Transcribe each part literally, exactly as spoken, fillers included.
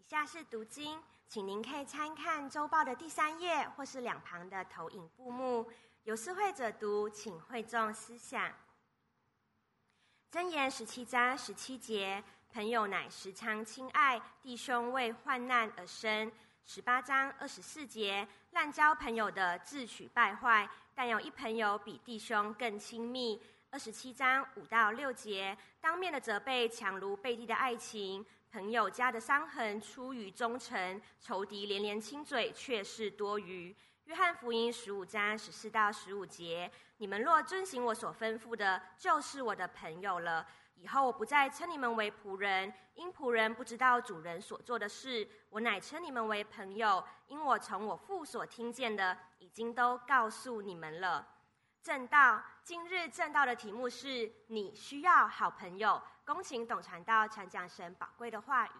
下是读经，请您可以参看周报的第三页或是两旁的投影布幕。有思会者读，请会众思想。箴言十七章十七节，朋友乃时常亲爱，弟兄为患难而生。十八章二十四节，滥交朋友的自取败坏，但有一朋友比弟兄更亲密。二十七章五到六节，当面的责备强如背地的爱情，朋友家的伤痕出于忠诚，仇敌连连亲嘴却是多余。约翰福音十五章十四到十五节，你们若遵行我所吩咐的，就是我的朋友了。以后我不再称你们为仆人，因仆人不知道主人所做的事，我乃称你们为朋友，因我从我父所听见的，已经都告诉你们了。正道，今日正道的题目是你需要好朋友。恭请董传道传讲神宝贵的话语。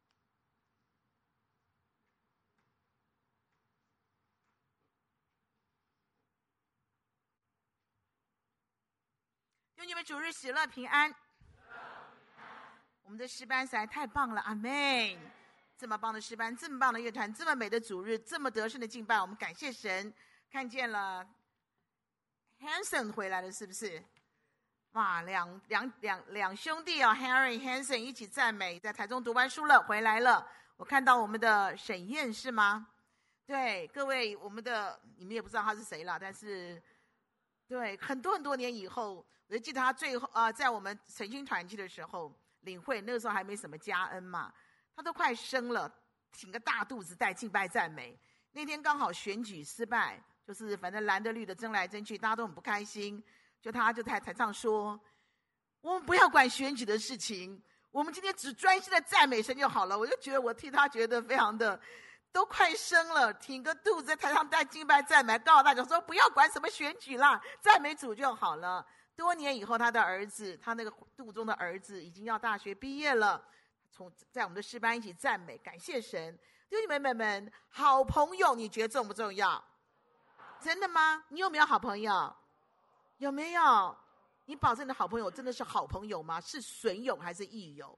愿你们主日喜乐平安。我们的诗班实在太棒了，阿们。这么棒的诗班，这么棒的乐团，这么美的主日，这么得胜的敬拜，我们感谢神。看见了 Hanson 回来了，是不是？哇，两两两两兄弟啊 ，Harry Hanson 一起赞美，在台中读完书了，回来了。我看到我们的沈燕是吗？对，各位，我们的你们也不知道他是谁了，但是对，很多很多年以后，我就记得他最后啊、呃，在我们晨星团契的时候领会，那个时候还没什么加恩嘛，他都快生了，挺个大肚子带敬拜赞美。那天刚好选举失败，就是反正蓝的绿的争来争去，大家都很不开心。就他就在台上说，我们不要管选举的事情，我们今天只专心的赞美神就好了。我就觉得我替他觉得非常的，都快生了，挺个肚子在台上带敬拜赞美，告诉大家说不要管什么选举啦，赞美主就好了。多年以后，他的儿子，他那个肚中的儿子已经要大学毕业了，从在我们的诗班一起赞美，感谢神。弟兄妹妹们，好朋友你觉得重不重要？真的吗？你有没有好朋友？有没有？你保证你的好朋友真的是好朋友吗？是损友还是益友？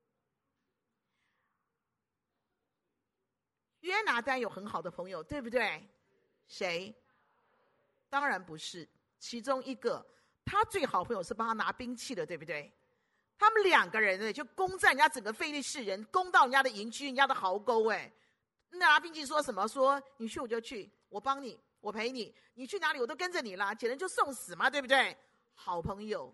约拿单有很好的朋友，对不对？谁？当然不是，其中一个他最好朋友是帮他拿兵器的，对不对？他们两个人呢，就攻占人家整个非利士人，攻到人家的营区、人家的壕沟。哎，拿兵器说什么？说你去我就去，我帮你，我陪你，你去哪里我都跟着你啦，简直就送死嘛，对不对？好朋友。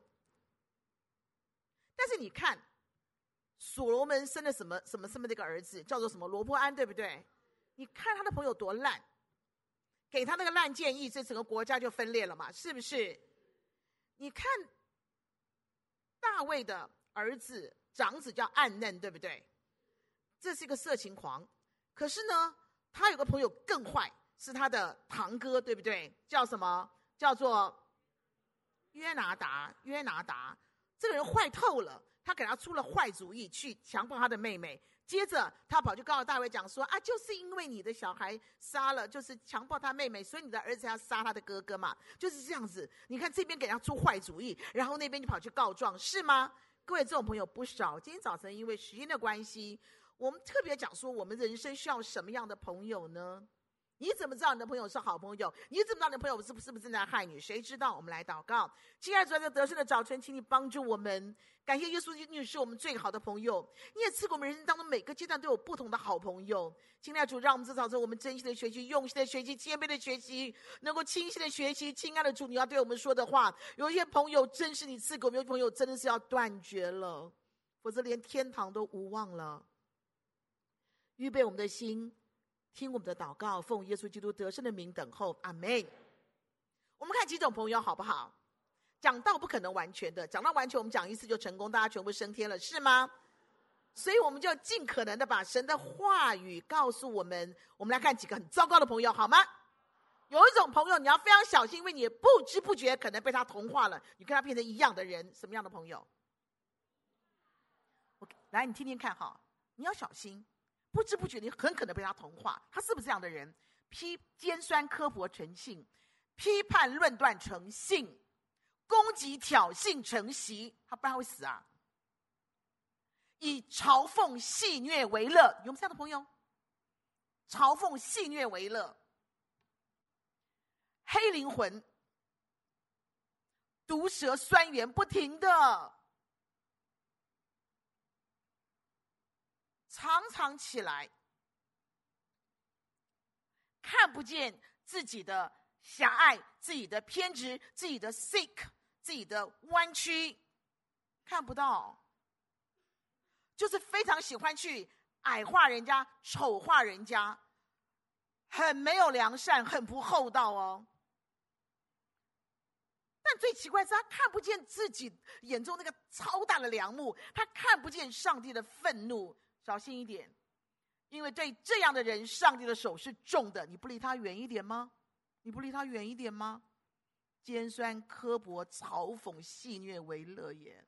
但是你看，所罗门生了什么什么什么这个儿子，叫做什么罗波安，对不对？你看他的朋友多烂，给他那个烂建议，这整个国家就分裂了嘛，是不是？你看大卫的儿子长子叫暗嫩，对不对？这是一个色情狂。可是呢，他有个朋友更坏，是他的堂哥，对不对？叫什么？叫做约拿达。约拿达这个人坏透了，他给他出了坏主意，去强暴他的妹妹。接着他跑去告诉大卫讲说啊，就是因为你的小孩杀了，就是强暴他妹妹，所以你的儿子要杀他的哥哥嘛，就是这样子。你看这边给他出坏主意，然后那边就跑去告状，是吗？各位，这种朋友不少。今天早晨因为时间的关系，我们特别讲说我们人生需要什么样的朋友呢？你怎么知道你的朋友是好朋友？你怎么知道你的朋友是不是不是正在害你？谁知道？我们来祷告。亲爱的主，在得胜的早晨，请你帮助我们。感谢耶稣基督是我们最好的朋友，你也赐给我们人生当中每个阶段都有不同的好朋友。亲爱的主，让我们这早晨我们真心的学习，用心的学习，谦卑的学习，能够清晰的学习。亲爱的主，你要对我们说的话，有一些朋友真是你赐给我们，有些朋友真的是要断绝了，否则连天堂都无望了。预备我们的心，听我们的祷告，奉耶稣基督得胜的名等候，阿们。我们看几种朋友好不好？讲道不可能完全的，讲到完全我们讲一次就成功，大家全部升天了，是吗？所以我们就尽可能的把神的话语告诉我们。我们来看几个很糟糕的朋友好吗？有一种朋友你要非常小心，因为你不知不觉可能被他同化了，你跟他变成一样的人。什么样的朋友？来，你听听看哈，你要小心，不知不觉你很可能被他同化。他是不是这样的人？批尖酸刻薄成性，批判论断成性，攻击挑衅成习，他不然会死啊。 以嘲讽戏谑为乐，有没有这样的朋友？嘲讽戏谑为乐，黑灵魂，毒舌酸言不停的，常常起来，看不见自己的狭隘，自己的偏执，自己的 sick， 自己的弯曲，看不到，就是非常喜欢去矮化人家，丑化人家，很没有良善，很不厚道哦。但最奇怪是他看不见自己眼中那个超大的梁木，他看不见上帝的愤怒。小心一点，因为对这样的人，上帝的手是重的。你不离他远一点吗？你不离他远一点吗？尖酸刻薄，嘲讽戏谑为乐也。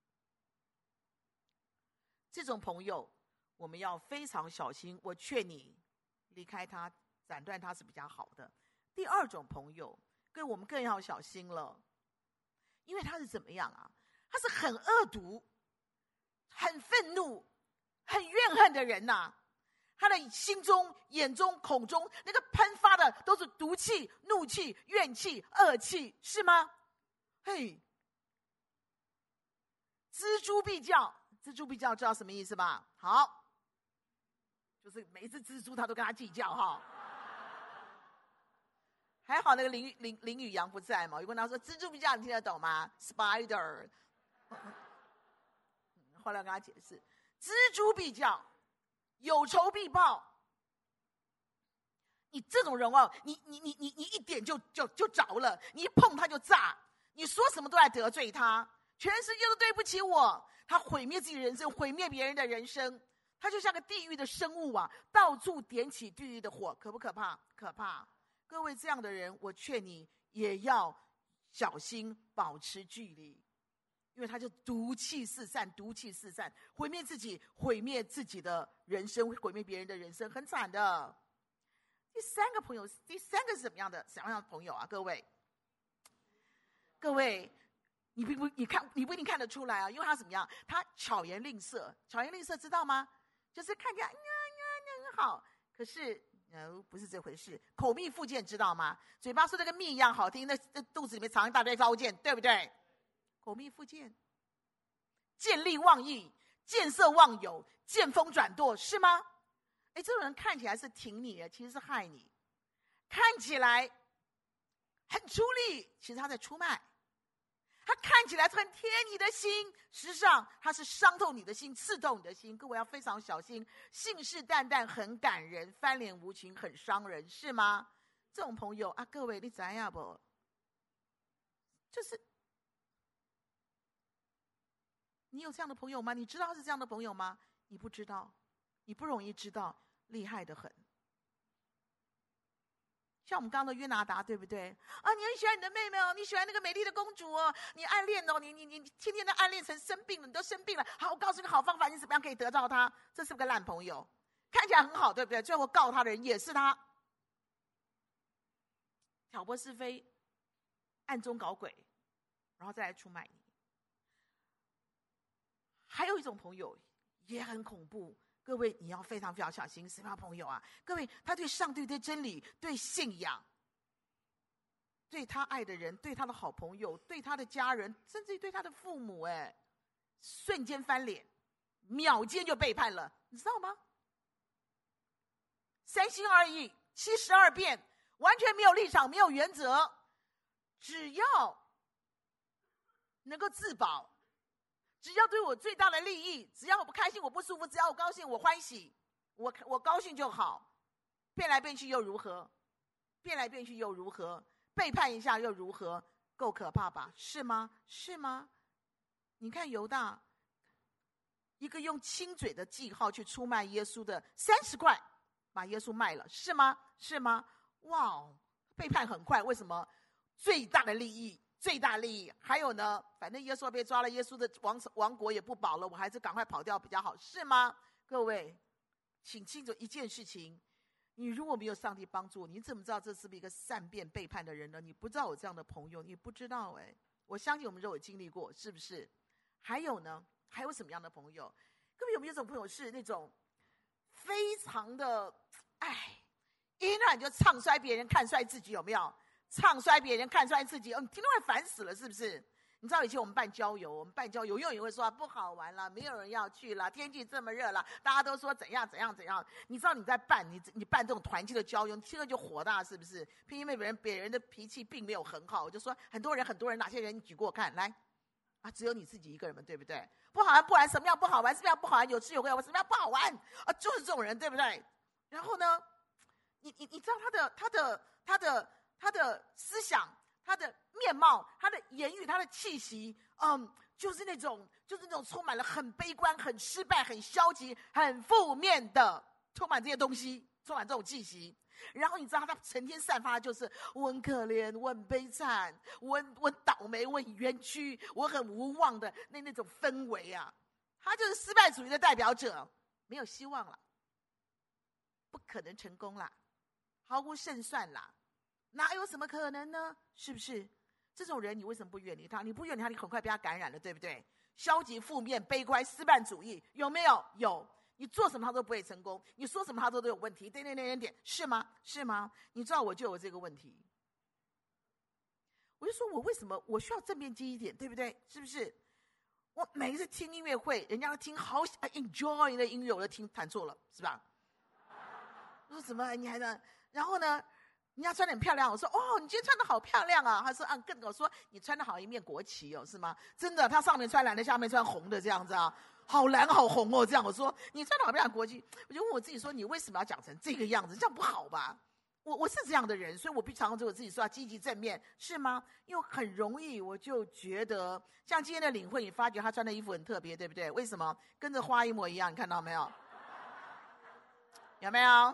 这种朋友我们要非常小心，我劝你离开他，斩断他是比较好的。第二种朋友跟我们更要小心了，因为他是怎么样啊？他是很恶毒、很愤怒、很怨恨的人呐、啊。他的心中、眼中、口中那个喷发的都是毒气、怒气、怨气、恶气，是吗？嘿，锱铢必较，锱铢必较知道什么意思吧？好，就是每一只蜘蛛他都跟他计较哈。还好那个林林林宇阳不在嘛，我问他说锱铢必较你听得懂吗 ？Spider。后来跟他解释，锱铢必较，有仇必报。你这种人哦，你你你你你一点就就就着了，你一碰他就炸，你说什么都来得罪他，全世界都对不起我。他毁灭自己的人生，毁灭别人的人生，他就像个地狱的生物啊，到处点起地狱的火，可不可怕？可怕。各位这样的人，我劝你也要小心，保持距离，因为他就毒气四散，毒气四散，毁灭自己，毁灭自己的人生，毁灭别人的人生，很惨的。第三个朋友，第三个是什么样的什么样的朋友啊？各位，各位，你不你看你不一定看得出来啊，因为他怎么样？他巧言令色，巧言令色知道吗？就是看起来呀呀很好，可是。No, 不是这回事。口蜜腹剑知道吗？嘴巴说的跟蜜一样好听，那那肚子里面藏一大堆刀剑，对不对？口蜜腹剑，见利忘义，见色忘友，见风转舵，是吗？哎，这种人看起来是挺你，其实是害你；看起来很出力，其实他在出卖。他看起来很贴你的心，实际上他是伤透你的心，刺透你的心。各位要非常小心，信誓旦旦很感人，翻脸无情很伤人，是吗？这种朋友啊，各位你知道不？就是你有这样的朋友吗？你知道是这样的朋友吗？你不知道，你不容易知道，厉害得很。像我们刚刚的约拿达，对不对？啊，你很喜欢你的妹妹哦，你喜欢那个美丽的公主哦，你暗恋哦，你你你天天都暗恋成生病了，你都生病了。好，我告诉你好方法，你怎么样可以得到她？这是个烂朋友，看起来很好，对不对？最后告他的人也是他，挑拨是非，暗中搞鬼，然后再来出卖你。还有一种朋友也很恐怖。各位，你要非常非常小心什么样的朋友啊？各位，他对上帝、对真理、对信仰、对他爱的人、对他的好朋友、对他的家人，甚至于对他的父母，哎，瞬间翻脸，秒间就背叛了，你知道吗？三心二意，七十二变，完全没有立场，没有原则，只要能够自保。只要对我最大的利益，只要我不开心我不舒服，只要我高兴我欢喜，我我高兴就好，变来变去又如何？变来变去又如何？背叛一下又如何？够可怕吧？是吗？是吗？你看犹大，一个用亲嘴的记号去出卖耶稣的三十块，把耶稣卖了，是吗？是吗？哇哦，背叛很快，为什么？最大的利益。最大利益，还有呢，反正耶稣被抓了，耶稣的王王国也不保了，我还是赶快跑掉比较好，是吗？各位，请记住一件事情，你如果没有上帝帮助，你怎么知道这是不是一个善变背叛的人呢？你不知道有这样的朋友，你不知道哎。我相信我们都有经历过，是不是？还有呢，还有什么样的朋友？ 各位有没有这种朋友是那种非常的哎，一让你就唱衰别人，看衰自己，有没有？唱衰别人，看衰自己，哦，你听到会烦死了，是不是？你知道以前我们办郊游，我们办郊游，永远会说、啊、不好玩了，没有人要去了，天气这么热了，大家都说怎样怎样怎样。你知道你在办你你办这种团契的郊游，你听了就火大，是不是？因为别人别人的脾气并没有很好，我就说很多人很多人，哪些人你举给我看来啊？只有你自己一个人嘛，对不对？不好玩不玩，什么样不好玩？什么样不好玩？有吃有喝，什么样不好玩啊？就是这种人，对不对？然后呢，你你你知道他的他的他的他的思想。他的面貌，他的言语，他的气息，嗯，就是那种，就是那种充满了很悲观、很失败、很消极、很负面的，充满这些东西，充满这种气息。然后你知道他成天散发的就是我很可怜，我很悲惨，我很我很倒霉，我很冤屈，我很无望的那那种氛围啊，他就是失败主义的代表者，没有希望了，不可能成功了，毫无胜算了。哪有什么可能呢？是不是？这种人你为什么不远离他？你不远离他，你很快被他感染了，对不对？消极、负面、悲观、失败主义，有没有？有。你做什么他都不会成功，你说什么他都都有问题，点点点点点，是吗？是吗？你知道我就有这个问题，我就说我为什么我需要正面积一点，对不对？是不是？我每一次听音乐会，人家听好 enjoy 的音乐，我就听弹错了，是吧？我说怎么你还能？然后呢？人家穿得很漂亮，我说哦，你今天穿得好漂亮啊！他说啊，更我说你穿得好一面国旗哦，是吗？真的，他上面穿蓝的，下面穿红的这样子啊，好蓝好红哦，这样我说你穿得好漂亮国旗，我就问我自己说，你为什么要讲成这个样子？这样不好吧？我我是这样的人，所以我必须常常对我自己说要积极正面，是吗？因为很容易我就觉得，像今天的领会，你发觉他穿的衣服很特别，对不对？为什么？跟着花一模一样，你看到没有？有没有？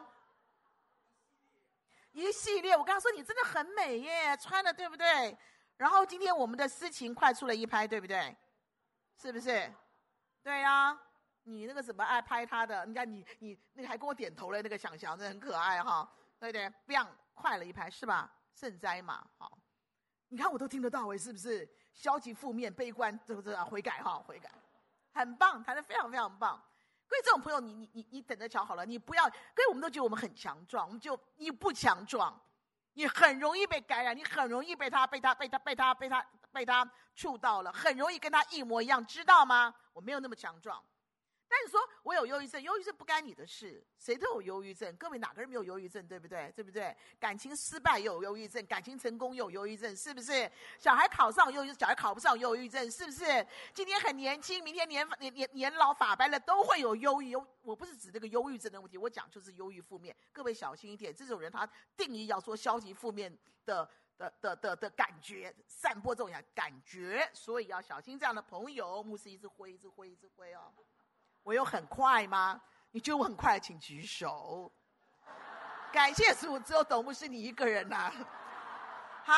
一系列，我刚刚说你真的很美耶，穿的对不对？然后今天我们的诗情快出了一拍，对不对？是不是？对啊，你那个怎么爱拍他的？你看你你那个还跟我点头了，那个想象真的很可爱哈，对不对？不样快了一拍是吧？圣哉嘛，好，你看我都听得到哎，是不是？消极、负面、悲观，对不对？悔改哈，悔改，很棒，弹得非常非常棒。各位这种朋友，你你你你等着瞧好了，你不要。各位我们都觉得我们很强壮，我们就你不强壮，你很容易被感染，你很容易被他被他被他被他被他被他触到了，很容易跟他一模一样，知道吗？我没有那么强壮。但是说我有忧郁症，忧郁症不干你的事，谁都有忧郁症。各位哪个人没有忧郁症，对不对？对不对？感情失败又有忧郁症，感情成功又有忧郁症，是不是？小孩考上忧郁症，小孩考不上忧郁症，是不是？今天很年轻，明天年年年年老发白了，都会有忧郁。我不是指这个忧郁症的问题，我讲就是忧郁负面。各位小心一点，这种人他定义要说消极负面的的的的的感觉，散播这种感觉，所以要小心这样的朋友。牧师一直挥，一直挥，一直挥哦。我有很快吗？你觉得我很快，请举手。感谢主，只有董牧师你一个人呐、啊。好，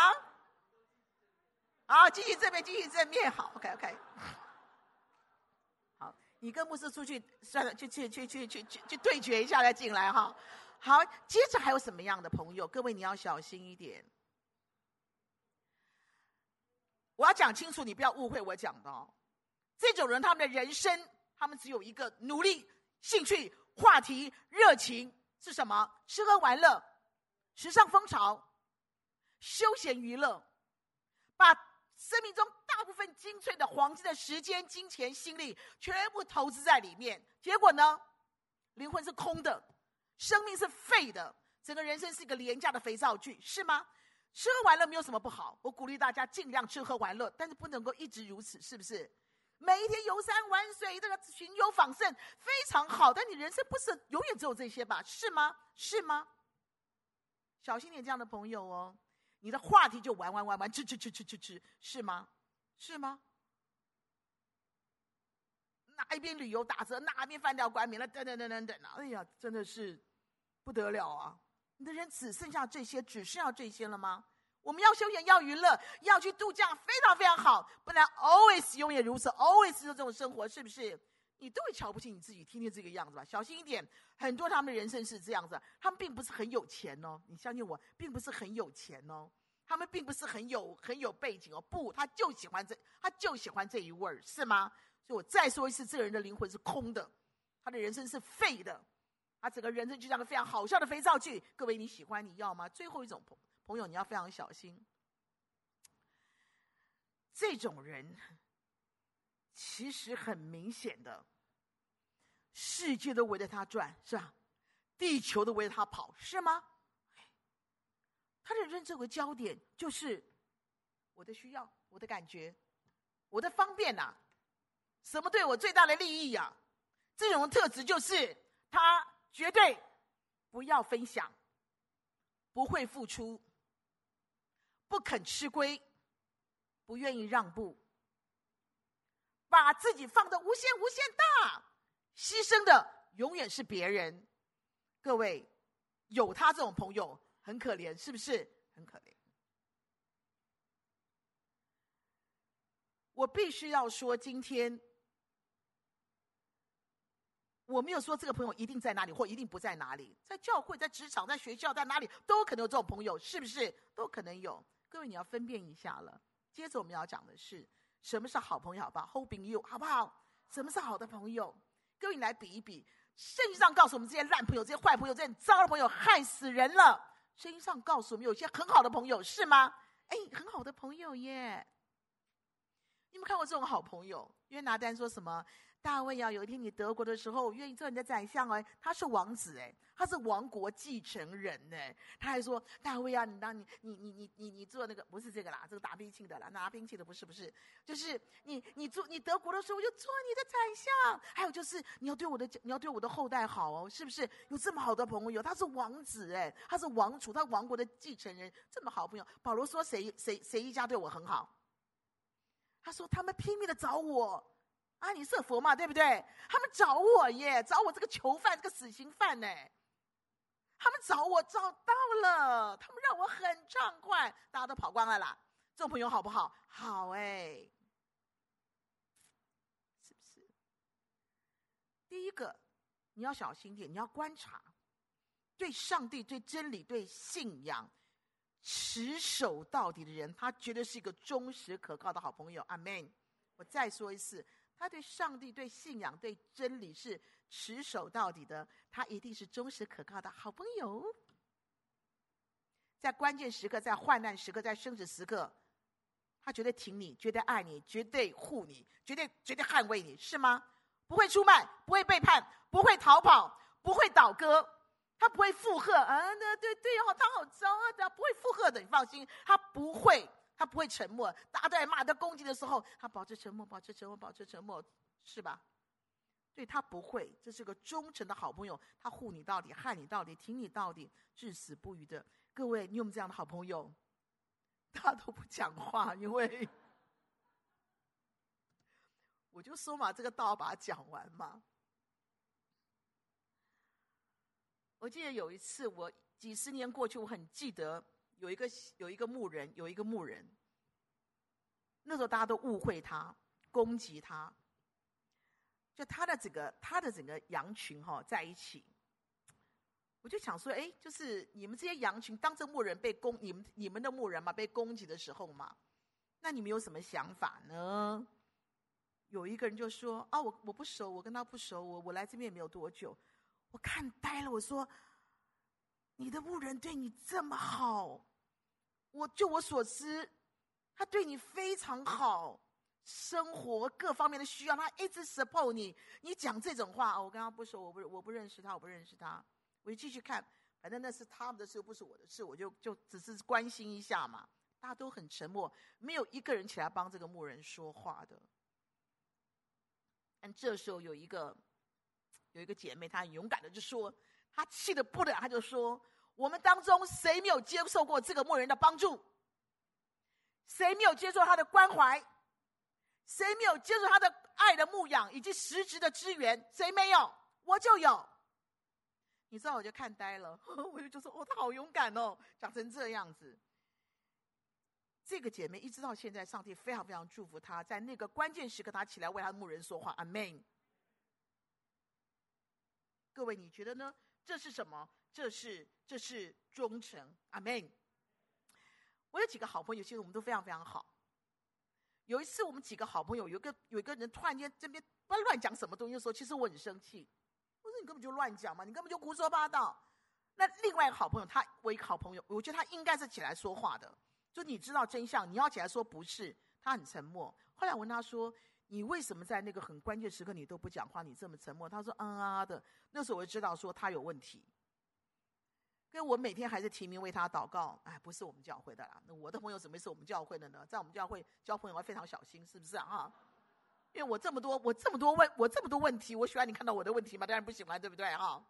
好，继续正面，继续正面，好 ，OK OK。好，你跟牧师出去，算了，去去去去去去去对决一下再进来哈。好，接着还有什么样的朋友？各位你要小心一点。我要讲清楚，你不要误会我讲的哦。这种人，他们的人生。他们只有一个努力、兴趣、话题、热情是什么？吃喝玩乐、时尚风潮、休闲娱乐，把生命中大部分精粹的黄金的时间、金钱、心力全部投资在里面。结果呢，灵魂是空的，生命是废的，整个人生是一个廉价的肥皂剧，是吗？吃喝玩乐没有什么不好，我鼓励大家尽量吃喝玩乐，但是不能够一直如此，是不是？每一天游山玩水，这个寻游访胜非常好，但你人生不是永远只有这些吧？是吗？是吗？小心点这样的朋友哦，你的话题就玩玩玩玩，吃吃吃吃吃吃，是吗？是吗？哪一边旅游打折，哪一边饭店关门了，等等等等等，哎呀，真的是不得了啊！你的人只剩下这些，只剩下这些了吗？我们要休闲，要娱乐，要去度假，非常非常好，不然 always 永远如此 always 就这种生活，是不是？你都会瞧不起你自己，天天这个样子吧？小心一点，很多他们的人生是这样子，他们并不是很有钱哦，你相信我，并不是很有钱哦，他们并不是很有很有背景哦，不，他就喜欢这，他就喜欢这一味儿，是吗？ 所以我再说一次，这个人的灵魂是空的，他的人生是废的，他整个人生就像个非常好笑的肥皂剧。各位，你喜欢你要吗？最后一种朋友你要非常小心，这种人其实很明显的，世界都围着他转，是吧？地球都围着他跑，是吗？他的人生这个焦点就是我的需要，我的感觉，我的方便啊，什么对我最大的利益啊？这种特质就是他绝对不要分享，不会付出，不肯吃亏，不愿意让步，把自己放得无限无限大，牺牲的永远是别人。各位，有他这种朋友很可怜，是不是？很可怜。我必须要说，今天我没有说这个朋友一定在哪里或一定不在哪里，在教会、在职场、在学校、在哪里都可能有这种朋友，是不是？都可能有。各位，你要分辨一下了。接着我们要讲的是什么是好朋友，好不好？好朋友，好不好？什么是好的朋友？各位，你来比一比。圣经上告诉我们，这些烂朋友、这些坏朋友、这些糟的朋友害死人了。圣经上告诉我们，有一些很好的朋友，是吗？哎，很好的朋友耶！你有没有看过这种好朋友？约拿单说什么？大卫啊，有一天你得国的时候，我愿意做你的宰相哎，他是王子哎，他是王国继承人哎。他还说，大卫啊，你当你你你你你你做那个不是这个啦，这个打兵器的啦，拿兵器的不是不是，就是你你做你得国的时候，我就做你的宰相。还有就是你要对我的你要对我的后代好哦，是不是？有这么好的朋友，他是王子哎，他是王储，他王国的继承人，这么好朋友。保罗说谁谁谁一家对我很好？他说他们拼命的找我。阿尼色佛嘛，对不对？他们找我耶，找我这个囚犯，这个死刑犯呢。他们找我找到了，他们让我很畅快，大家都跑光了啦。这种朋友好不好？好哎，是不是？第一个，你要小心点，你要观察，对上帝、对真理、对信仰持守到底的人，他绝对是一个忠实可靠的好朋友。阿们。我再说一次。他对上帝、对信仰、对真理是持守到底的，他一定是忠实可靠的好朋友。在关键时刻，在患难时刻，在生死时刻，他绝对挺你，绝对爱你，绝对护你，绝对绝对捍卫你，是吗？不会出卖，不会背叛，不会逃跑，不会倒戈，他不会附和啊，那对对哦，他好糟啊，他不会附和的，你放心，他不会。他不会沉默，大家都在骂他攻击的时候，他保持沉默，保持沉默，保持沉默，是吧？对，他不会，这是个忠诚的好朋友，他护你到底，害你到底，挺你到底，至死不渝的。各位，你有没有这样的好朋友？他都不讲话，因为我就说嘛，这个道把它讲完嘛。我记得有一次，我几十年过去，我很记得。有一个有一个牧人，有一个牧人，那时候大家都误会他，攻击他，就他的整个他的整个羊群哈、哦、在一起，我就想说，哎，就是你们这些羊群，当这牧人被攻，你们你们的牧人嘛被攻击的时候嘛，那你们有什么想法呢？有一个人就说啊，我我不熟，我跟他不熟，我我来这边也没有多久，我看呆了，我说。你的牧人对你这么好，我就我所知，他对你非常好，生活各方面的需要，他一直 support 你。你讲这种话，我跟他不熟，我不我不认识他，我不认识他，我就继续看，反正那是他们的事，不是我的事，我就就只是关心一下嘛。大家都很沉默，没有一个人起来帮这个牧人说话的。但这时候有一个有一个姐妹，她很勇敢的就说。他气得不得了，他就说：“我们当中谁没有接受过这个牧人的帮助？谁没有接受他的关怀？谁没有接受他的爱的牧养以及实质的支援？谁没有？我就有。”你知道，我就看呆了，我就说：“哦，他好勇敢哦，讲成这样子。”这个姐妹一直到现在，上帝非常非常祝福她，在那个关键时刻，她起来为她的牧人说话。阿们。各位，你觉得呢？这是什么？这是这是忠诚。阿们。我有几个好朋友，其实我们都非常非常好。 有一次我们几个好朋友，有一个有一个人突然间这边不知道乱讲什么东西的时候，其实我很生气。我说你根本就乱讲嘛，你根本就胡说八道。那另外一个好朋友，他我一个好朋友，我觉得他应该是起来说话的，就你知道真相，你要起来说不是。他很沉默。后来我问他说：“你为什么在那个很关键时刻你都不讲话？你这么沉默？”他说：“嗯啊的。”那时候我就知道说他有问题。跟我每天还是提名为他祷告。哎，不是我们教会的啦，那我的朋友怎么是我们教会的呢？在我们教会交朋友要非常小心，是不是啊？因为我这么多，我这么多问，我这么多问题，我喜欢你看到我的问题吗？当然不喜欢，对不对哈？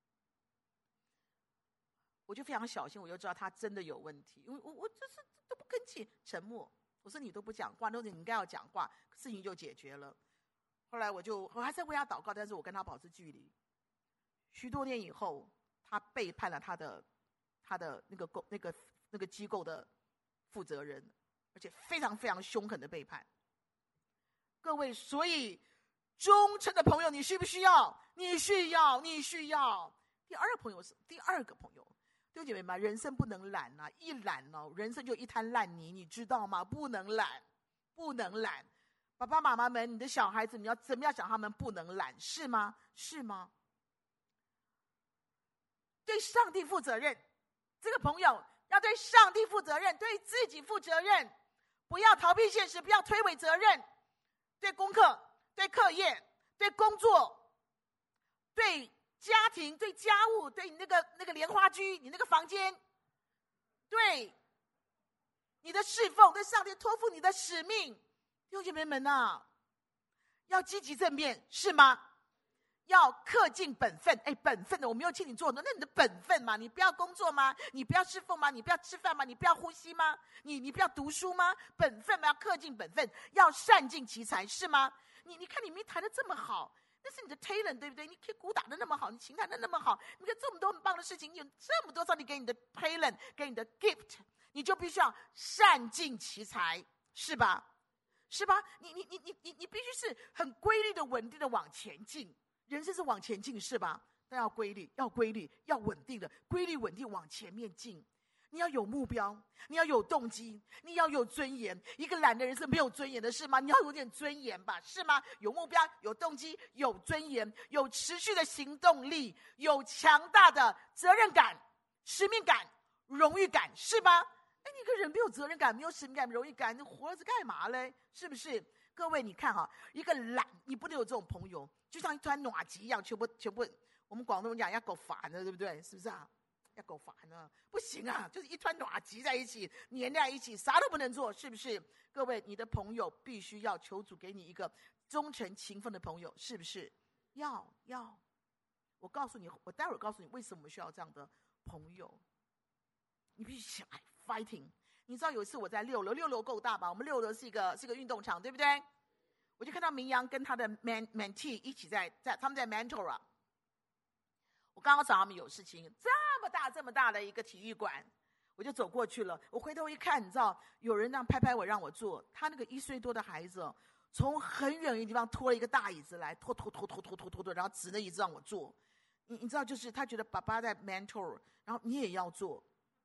我就非常小心，我就知道他真的有问题，因为我我就是都不吭气，沉默。我说你都不讲话，那你应该要讲话，事情就解决了。后来我就我还在为他祷告，但是我跟他保持距离。许多年以后，他背叛了他的他的那个那个那个机构的负责人，而且非常非常凶狠的背叛。各位，所以忠诚的朋友，你需不需要？你需要，你需要。第二个朋友是第二个朋友，弟兄姐妹们，人生不能懒啊！一懒哦，人生就一滩烂泥，你知道吗？不能懒，不能懒。爸爸妈妈们，你的小孩子，你要怎么样讲他们不能懒？是吗？是吗？对上帝负责任，这个朋友要对上帝负责任，对自己负责任，不要逃避现实，不要推诿责任。对功课，对课业，对工作，对家庭，对家务，对你那个那个莲花居，你那个房间，对你的侍奉，对上帝托付你的使命。弟兄姐妹们啊，要积极正面，是吗？要恪尽本分。哎，本分的，我没有请你做，那你的本分嘛？你不要工作吗？你不要侍奉吗？你不要吃饭吗？你不要呼吸吗？你你不要读书吗？本分嘛，要恪尽本分，要善尽其才，是吗？你你看你们弹得这么好，那是你的 talent， 对不对？你可以鼓打得那么好，你琴弹得那么好，你看这么多很棒的事情，你有这么多上帝给你的 talent， 给你的 gift， 你就必须要善尽其才，是吧？是吧？你你你你你你必须是很规律的、稳定的往前进。人生是往前进，是吧？但要规律，要规律，要稳定的，规律稳定往前面进。你要有目标，你要有动机，你要有尊严。一个懒的人是没有尊严的，是吗？你要有点尊严吧，是吗？有目标，有动机，有尊严，有持续的行动力，有强大的责任感、使命感、荣誉感，是吧？哎，你一个人没有责任感，没有使命感、荣誉感，你活着干嘛嘞？是不是？各位，你看哈，一个懒，你不能有这种朋友，就像一团暖吉一样，全部全部，我们广东人讲要够烦的，对不对？是不是啊？要够烦呢，不行啊，就是一团暖吉在一起，黏在一起，啥都不能做，是不是？各位，你的朋友必须要求主给你一个忠诚勤奋的朋友，是不是？要要，我告诉你，我待会儿告诉你为什么我们需要这样的朋友。你必须起来 fighting。你知道有一次我在六楼，六楼够大吧？我们六楼是一个是一个运动场，对不对？我就看到明阳跟他的 man mentee 一起在在他们在 mentor 啊。我刚刚找他们有事情，这么大这么大的一个体育馆，我就走过去了。我回头一看，你知道有人让拍拍我让我坐，他那个一岁多的孩子从很远的地方拖了一个大椅子来，拖拖拖拖拖拖拖拖，然后指那椅子让我坐。你你知道，就是他觉得爸爸在 mentor， 然后你也要坐。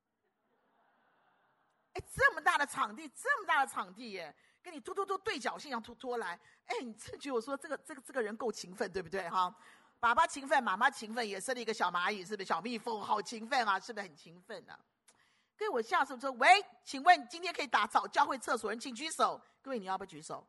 哎，这么大的场地，这么大的场地耶，跟你拖拖拖对角线一样拖拖来。哎，你真觉得我说这个这个这个人够勤奋，对不对哈？爸爸勤奋，妈妈勤奋，也生了一个小蚂蚁，是不是？小蜜蜂，好勤奋啊，是不是很勤奋啊？各位，我下次说，喂，请问今天可以打扫教会厕所人，请举手。各位，你要不要举手？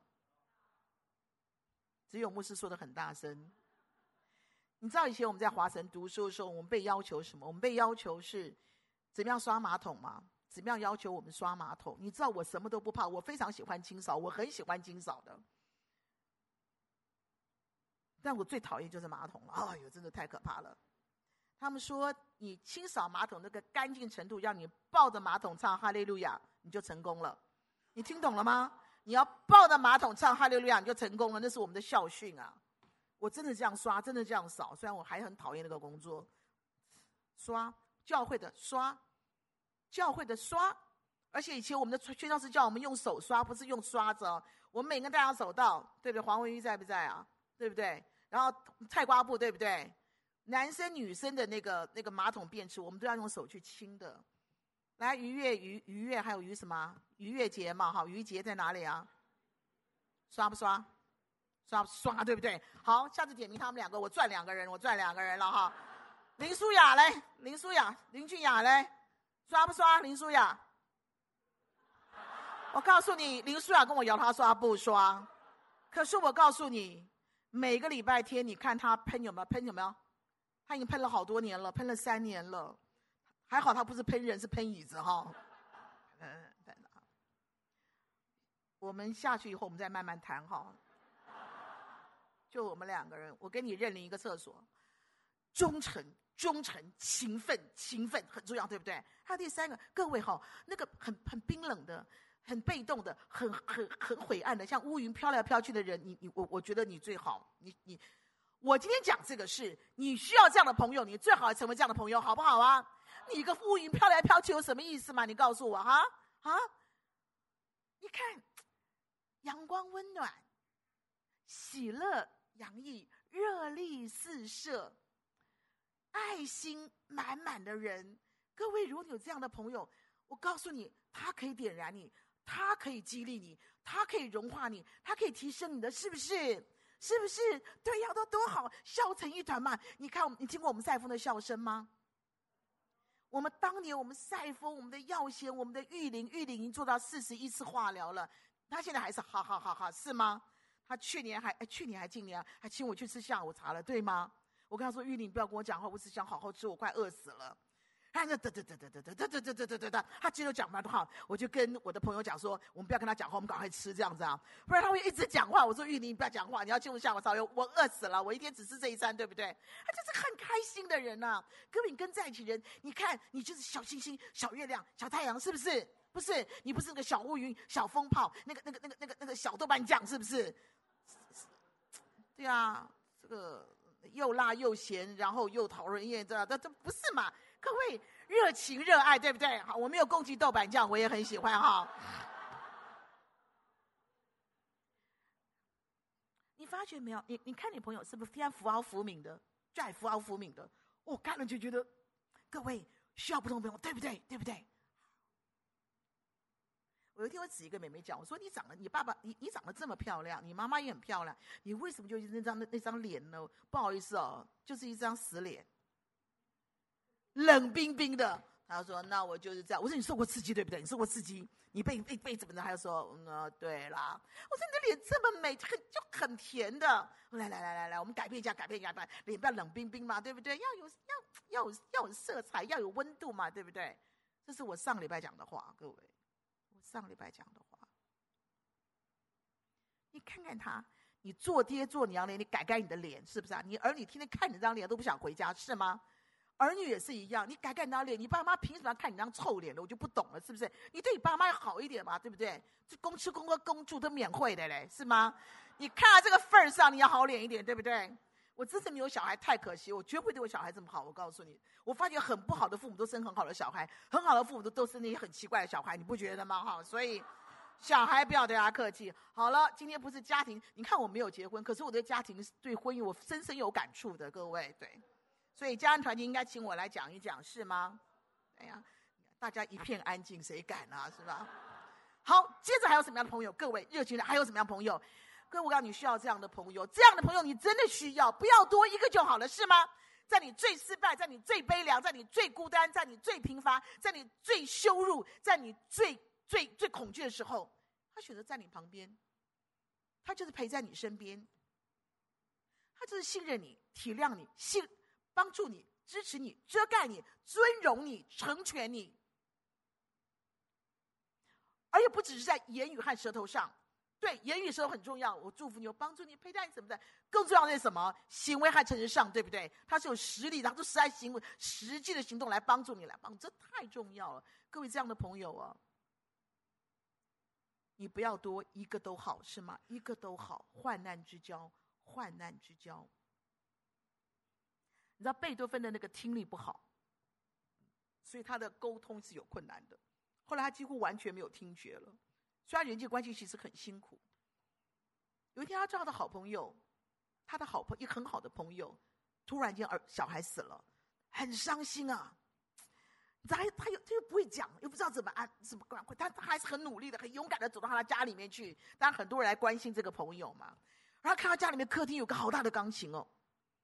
只有牧师说的很大声。你知道以前我们在华神读书的时候，我们被要求什么？我们被要求是怎么样刷马桶吗？怎么样要求我们刷马桶？你知道我什么都不怕，我非常喜欢清扫，我很喜欢清扫的。但我最讨厌就是马桶了，哎呦，真的太可怕了。他们说你清扫马桶那个干净程度，让你抱着马桶唱哈利路亚，你就成功了。你听懂了吗？你要抱着马桶唱哈利路亚，你就成功了，那是我们的校训啊。我真的这样刷，真的这样扫，虽然我还很讨厌那个工作。刷教会的刷。教会的刷，而且以前我们的宣教师叫我们用手刷，不是用刷子哦。我们每个人戴上手套，对不对？黄文玉在不在啊？对不对？然后菜瓜布，对不对？男生女生的那个那个马桶便池，我们都要用手去清的。来，逾越逾逾越还有逾什么？逾越节嘛，哈，逾节在哪里啊？ 刷不刷？刷刷，对不对？好，下次点名他们两个，我赚两个人，我赚两个人了哈。林舒雅嘞，林舒雅，林俊雅嘞，刷不刷？林舒雅，我告诉你，林舒雅跟我摇，他刷不刷？可是我告诉你，每个礼拜天，你看他喷有没有？喷有没有？他已经喷了好多年了，喷了三年了，还好他不是喷人，是喷椅子哈。嗯，我们下去以后，我们再慢慢谈哈。就我们两个人，我跟你认领一个厕所，忠诚、忠诚、勤奋、勤奋很重要，对不对？还有第三个，各位哈，那个很很冰冷的、很被动的、很很很晦暗的，像乌云飘来飘去的人，你你我我觉得你最好，你你，我今天讲这个是，你需要这样的朋友，你最好成为这样的朋友，好不好啊？你一个乌云飘来飘去有什么意思吗？你告诉我哈啊！你看，阳光温暖，喜乐洋溢，热力四射，爱心满满的人。各位，如果你有这样的朋友，我告诉你，他可以点燃你，他可以激励你，他可以融化你，他可以提升你的，是不是？是不是？对呀，都多好，笑成一团嘛。你看，你听过我们赛风的笑声吗？我们当年，我们赛风，我们的耀贤，我们的玉玲，玉玲已经做到四十一次化疗了，他现在还是哈哈哈哈，是吗？他去年还哎，去年还今年还请我去吃下午茶了，对吗？我跟他说：“玉玲，不要跟我讲话，我只想好好吃，我快饿死了。”他就得得得得得得得得得得得得，他接着讲完的话，我就跟我的朋友讲说：“我们不要跟他讲话，我们赶快吃，这样子啊，不然他会一直讲话。”我说：“玉玲，你不要讲话，你要进入下午茶，我饿死了，我一天只吃这一餐，对不对？”他就是很开心的人呐、啊。各位，你跟在一起人，你看你就是小星星、小月亮、小太阳，是不是？不是，你不是那个小乌云、小风炮，那个那个那个那个那个小豆瓣酱，是不是？对啊，这个又辣又咸，然后又讨人厌，这这这不是嘛？各位，热情热爱，对不对？好，我没有攻击豆瓣酱，我也很喜欢哈。你发觉没有？你你看你朋友是不是非常扶傲扶敏的，最爱扶傲扶敏的？我看了就觉得，各位需要不同朋友，对不对？对不对？我有一天我指一个妹妹讲，我说你长得，你爸爸，你你长得这么漂亮，你妈妈也很漂亮，你为什么就是那张那张脸呢？不好意思哦，就是一张死脸，冷冰冰的。他说：“那我就是这样。”我说：“你受过刺激对不对？你受过刺激，你被被被怎么的？”他就说：“嗯、呃，对啦。”我说：“你的脸这么美，很就很甜的。”来来来来来，我们改变一下，改变一下吧，脸不要冷冰冰嘛，对不对？要有要要有要有色彩，要有温度嘛，对不对？这是我上礼拜讲的话，各位。上礼拜讲的话，你看看他，你做爹做娘的，你改改你的脸，是不是啊？你儿女天天看你这张脸都不想回家，是吗？儿女也是一样，你改改你张脸，你爸妈凭什么要看你那张臭脸呢？我就不懂了，是不是？你对你爸妈要好一点嘛，对不对？这公吃公喝公住都免费的嘞，是吗？你看到这个份儿上，你要好脸一点，对不对？我真是没有小孩，太可惜，我绝不会对我小孩这么好。我告诉你，我发觉很不好的父母都生很好的小孩，很好的父母都都是那些很奇怪的小孩，你不觉得吗？哈，所以小孩不要对他客气。好了，今天不是家庭，你看我没有结婚，可是我对家庭对婚姻我深深有感触的，各位对，所以家人团体应该请我来讲一讲，是吗？哎呀，大家一片安静，谁敢啊？是吧？好，接着还有什么样的朋友？各位热情的还有什么样的朋友？各位，我告诉你，需要这样的朋友，这样的朋友你真的需要，不要多，一个就好了，是吗？在你最失败，在你最悲凉，在你最孤单，在你最贫乏，在你最羞辱，在你最最最恐惧的时候，他选择在你旁边，他就是陪在你身边，他就是信任你、体谅你、信帮助你、支持你、遮盖你、尊荣你、成全你，而且不只是在言语和舌头上。对，言语舌头很重要，我祝福你，我帮助你，陪伴你，怎么的？更重要的是什么？行为和诚实上，对不对？他是有实力的，他是实在行为、实际的行动来帮助你，来帮助，这太重要了。各位这样的朋友啊，你不要多，一个都好，是吗？一个都好，患难之交，患难之交。你知道贝多芬的那个听力不好，所以他的沟通是有困难的。后来他几乎完全没有听觉了。虽然人际关系其实很辛苦，有一天他知道他的好朋友，他的好朋一个很好的朋友，突然间儿小孩死了，很伤心啊。 你知道他他又他又不会讲，又不知道怎么安怎么关，他他还是很努力的，很勇敢的走到他的家里面去。当然很多人来关心这个朋友嘛，然后看到家里面客厅有个好大的钢琴哦，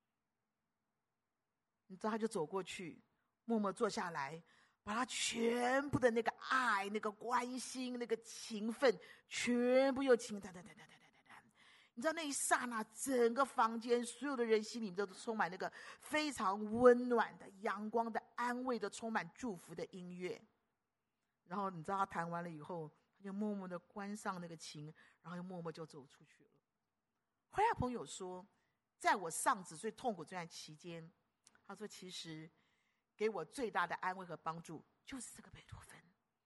你知道他就走过去，默默坐下来，把他全部的那个爱、那个关心、那个情分，全部又轻弹弹弹弹弹弹弹。你知道那一刹那，整个房间所有的人心里面都充满那个非常温暖的、阳光的、安慰的、充满祝福的音乐。然后你知道他弹完了以后，他就默默的关上那个琴，然后又默默就走出去了。后来朋友说，在我丧子最痛苦这段期间，他说其实给我最大的安慰和帮助就是这个贝多芬。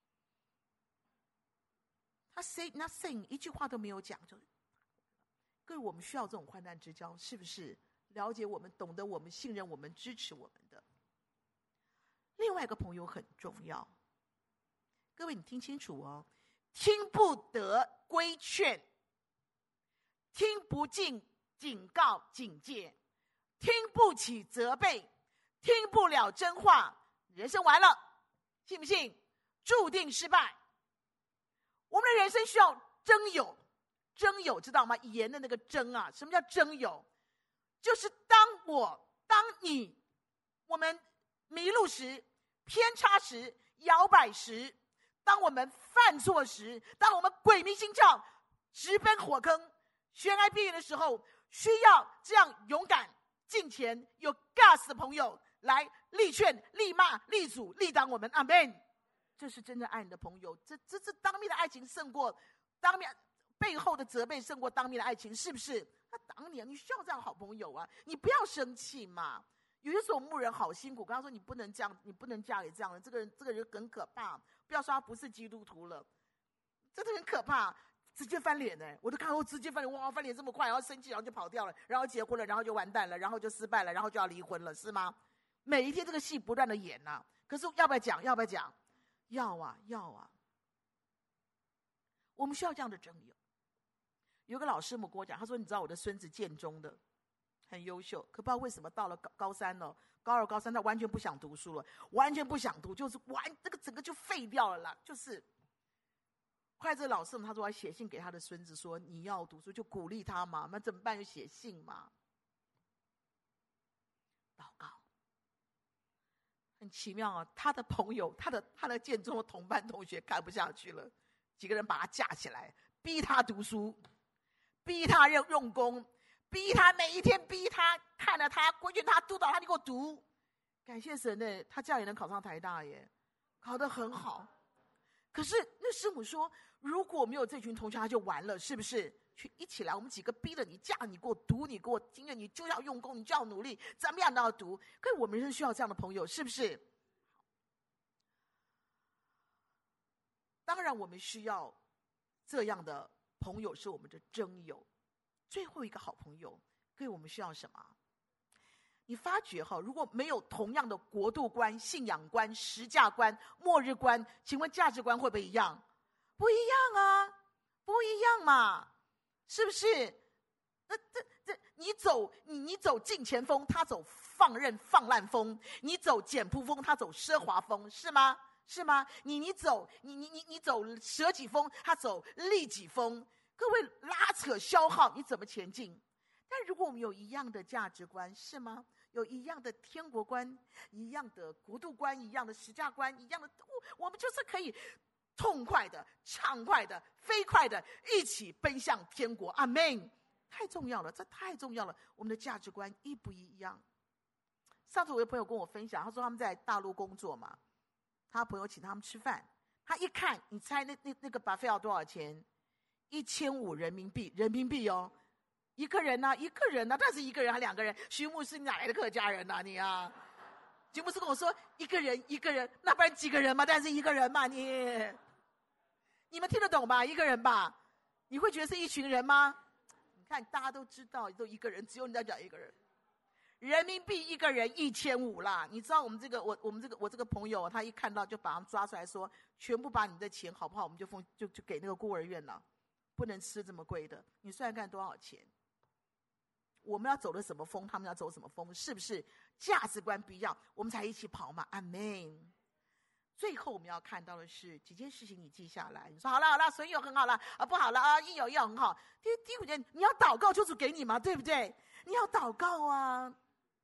他 say nothing， 一句话都没有讲，就各位，我们需要这种患难之交，是不是？了解我们、懂得我们、信任我们、支持我们的。另外一个朋友很重要，各位你听清楚哦，听不得规劝，听不进警告警戒，听不起责备，听不了真话，人生完了，信不信？注定失败。我们的人生需要真友，真友知道吗？盐的那个真啊，什么叫真友？就是当我、当你、我们迷路时、偏差时、摇摆时，当我们犯错时，当我们鬼迷心窍、直奔火坑、悬崖边缘的时候，需要这样勇敢、进前、有 gas 的朋友来力劝、力骂、力阻、力挡我们。阿们。这是真正爱你的朋友。这这这当面的爱情胜过当面背后的责备，胜过当面的爱情，是不是？他挡你啊，你需要这样好朋友啊！你不要生气嘛。有些时候牧人好辛苦，跟他说你不能这样，你不能嫁给这样的这个人，这个人很可怕。不要说他不是基督徒了，真的很可怕，直接翻脸呢！我都看到直接翻脸，哇，翻脸这么快，然后生气，然后就跑掉了，然后结婚了，然后就完蛋了，然后就失败了，然后就要离婚了，是吗？每一天这个戏不断的演啊，可是要不要讲？要不要讲？要啊，要啊！我们需要这样的真友。有个老师母跟我讲，他说：“你知道我的孙子建中的，很优秀，可不知道为什么到了高高三了，高二、高三他完全不想读书了，完全不想读，就是完这个整个就废掉了啦。就是后来这个老师他说要写信给他的孙子说你要读书，就鼓励他嘛，那怎么办？就写信嘛，祷告。”很奇妙啊，他的朋友，他的他的建中的同班同学看不下去了，几个人把他架起来，逼他读书，逼他用用功，逼他每一天逼他，看了他，规劝他，督导他，你给我读。感谢神呢，他这样也能考上台大耶，考得很好。可是那师母说，如果没有这群同学，他就完了，是不是？去一起来，我们几个逼着你，这样你给我读，你给我听着，你就要用功，你就要努力，怎么样都要读。可是我们人生需要这样的朋友，是不是？当然我们需要这样的朋友，是我们的真友。最后一个好朋友，各位我们需要什么？你发觉哈，如果没有同样的国度观、信仰观、实价观、末日观，请问价值观会不会一样？不一样啊，不一样嘛。是不是？那这这你走你你走进前风，他走放任放烂风；你走简朴风，他走奢华风，是吗？是吗？你你走你你你你走舍己风，他走利己风。各位拉扯消耗，你怎么前进？但如果我们有一样的价值观，是吗？有一样的天国观，一样的国度观，一样的实价观，一样的，我们就是可以痛快的、畅快的、飞快的，一起奔向天国。阿们！太重要了，这太重要了。我们的价值观一不一样？上次我有朋友跟我分享，他说他们在大陆工作嘛，他朋友请他们吃饭，他一看，你猜那那那个 buffet 要多少钱？一千五人民币，人民币哦，一个人呢、啊，一个人呢、啊，但是一个人还两个人。徐牧师，你哪来的客家人呐、啊？你啊？徐牧师跟我说，一个人一个人，那不然几个人嘛？但是一个人嘛，你你们听得懂吧？一个人吧，你会觉得是一群人吗？你看大家都知道，都一个人，只有你在讲一个人。人民币一个人一千五啦，你知道我们这个我我们这个我这个朋友，他一看到就把他们抓出来说，全部把你的钱好不好？我们就封就就给那个孤儿院了，不能吃这么贵的。你算算看多少钱？我们要走的什么风，他们要走什么风，是不是？价值观不一样，我们才一起跑嘛。阿们。 最后我们要看到的是几件事情，你记下来。你说好了好了，损友很好了啊，不好了啊，益友也很好。第第五件，你要祷告，求主给你嘛，对不对？你要祷告啊。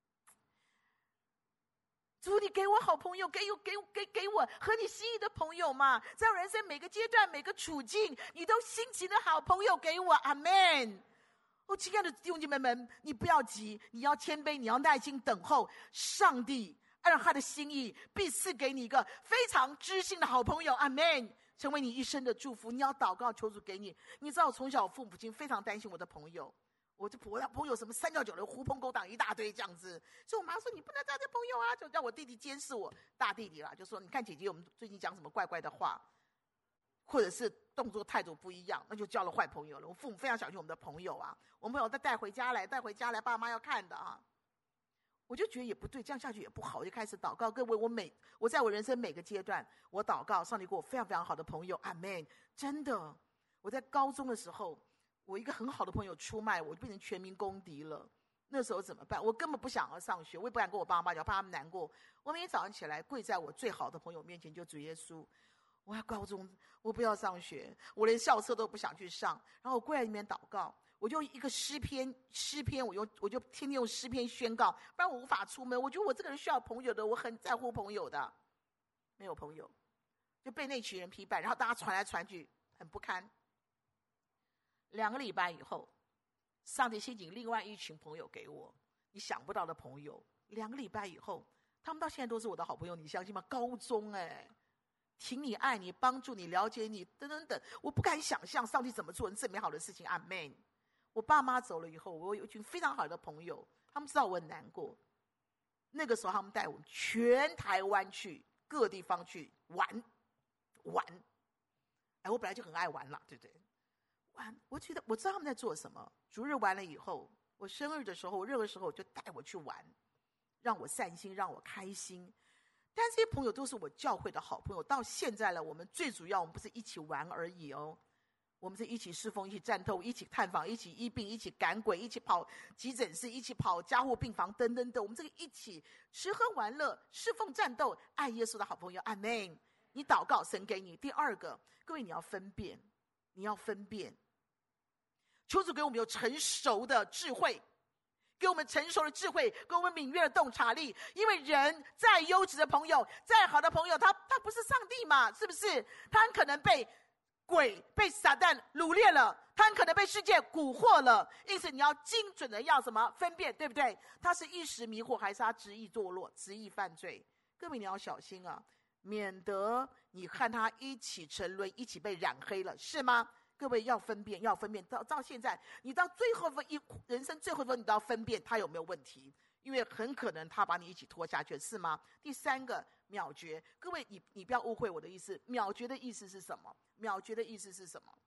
主，你给我好朋友，给我给给给我合你心意的朋友嘛，在我人生每个阶段每个处境，你都兴起的好朋友给我，阿们。哦，亲爱的弟兄姐妹们，你不要急，你要谦卑，你要耐心等候上帝，按照他的心意必赐给你一个非常知心的好朋友，阿们，成为你一生的祝福。你要祷告求主给你。你知道我从小父母亲非常担心我的朋友，我就我的朋友什么三教九流狐朋狗党一大堆这样子，所以我妈说你不能这样的朋友啊，就让我弟弟监视我，大弟弟啦，就说你看姐姐我们最近讲什么怪怪的话，或者是动作态度不一样，那就交了坏朋友了。我父母非常小心我们的朋友啊，我们朋友再带回家来，带回家来，爸妈要看的啊。我就觉得也不对，这样下去也不好，我就开始祷告。各位，我每我在我人生每个阶段，我祷告，上帝给我非常非常好的朋友，阿们。真的，我在高中的时候，我一个很好的朋友出卖我，就变成全民公敌了。那时候怎么办？我根本不想要上学，我也不敢跟我爸妈讲，怕他们难过。我每天早上起来跪在我最好的朋友面前，就主耶稣，我要高中，我不要上学，我连校车都不想去上。然后我跪在里面祷告，我就一个诗篇，诗篇我用我就天天用诗篇宣告，不然我无法出门。我觉得我这个人需要朋友的，我很在乎朋友的，没有朋友，就被那群人批判，然后大家传来传去，很不堪。两个礼拜以后，上帝兴起另外一群朋友给我，你想不到的朋友。两个礼拜以后，他们到现在都是我的好朋友，你相信吗？高中哎，挺你、爱你、帮助你、了解你，等等等。我不敢想象上帝怎么做这美好的事情，阿们。我爸妈走了以后，我有一群非常好的朋友，他们知道我很难过。那个时候，他们带我全台湾去各地方去玩玩。哎，我本来就很爱玩了，对不对？玩，我觉得我知道他们在做什么。逐日完了以后，我生日的时候，任何时候就带我去玩，让我散心，让我开心。但这些朋友都是我教会的好朋友，到现在了，我们最主要，我们不是一起玩而已哦。我们是一起侍奉，一起战斗，一起探访，一起医病，一起赶鬼，一起跑急诊室，一起跑加护病房，等等等。我们这个一起吃喝玩乐，侍奉战斗，爱耶稣的好朋友，阿们。你祷告，神给你。第二个，各位你要分辨，你要分辨。求主给我们有成熟的智慧，给我们成熟的智慧，给我们敏锐的洞察力。因为人再优质的朋友，再好的朋友，他他不是上帝嘛，是不是？他很可能被鬼、被撒旦掳掠了，他很可能被世界蛊惑了。因此你要精准的要什么分辨，对不对？他是一时迷惑，还是他执意堕落、执意犯罪？各位你要小心啊，免得你和他一起沉沦，一起被染黑了，是吗？各位要分辨，要分辨。到到现在，你到最后一人生最后一分，你都要分辨他有没有问题，因为很可能他把你一起拖下去，是吗？第三个，秒决。各位，你你不要误会我的意思。秒决的意思是什么？秒决的意思是什么？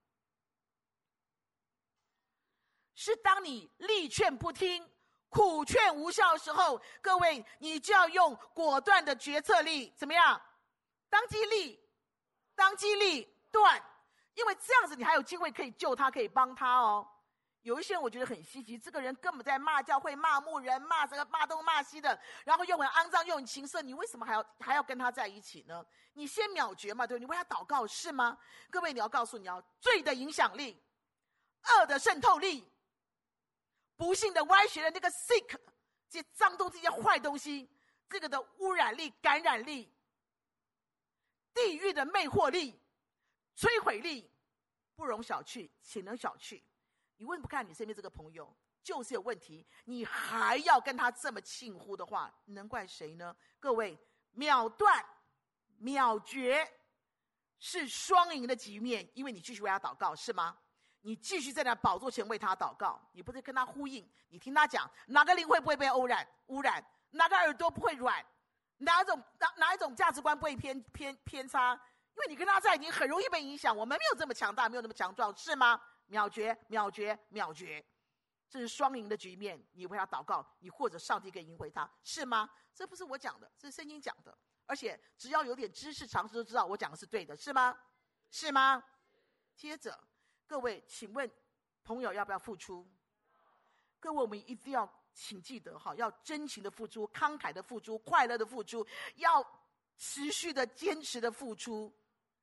是当你力劝不听、苦劝无效的时候，各位，你就要用果断的决策力，怎么样？当机立，当机立断。因为这样子你还有机会可以救他，可以帮他哦。有一些人我觉得很稀奇，这个人根本在骂教会、骂牧人、骂这个、骂东骂西的，然后又很肮脏又很情色，你为什么还要还要跟他在一起呢？你先秒决嘛，对不对？你为他祷告是吗？各位，你要告诉你要罪的影响力、恶的渗透力、不幸的歪斜的那个 sick， 这些脏东西、这些坏东西，这个的污染力、感染力、地狱的魅惑力、摧毁力，不容小觑，岂能小觑？你为什么不看你身边这个朋友就是有问题，你还要跟他这么近乎的话，能怪谁呢？各位，秒断秒决是双赢的局面，因为你继续为他祷告，是吗？你继续在那宝座前为他祷告，你不是跟他呼应，你听他讲哪个灵会不会被污染污染，哪个耳朵不会软，哪一种 哪, 哪一种价值观不会偏偏偏差，因为你跟他在一起很容易被影响。我们没有这么强大，没有那么强壮，是吗？秒决秒决秒决，这是双赢的局面。你为他祷告，你或者上帝可以赢回他，是吗？这不是我讲的，这是圣经讲的，而且只要有点知识常识都知道我讲的是对的，是吗？是吗？接着各位请问朋友要不要付出？各位我们一定要请记得，要真情的付出，慷慨的付出，快乐的付出，要持续的坚持的付出。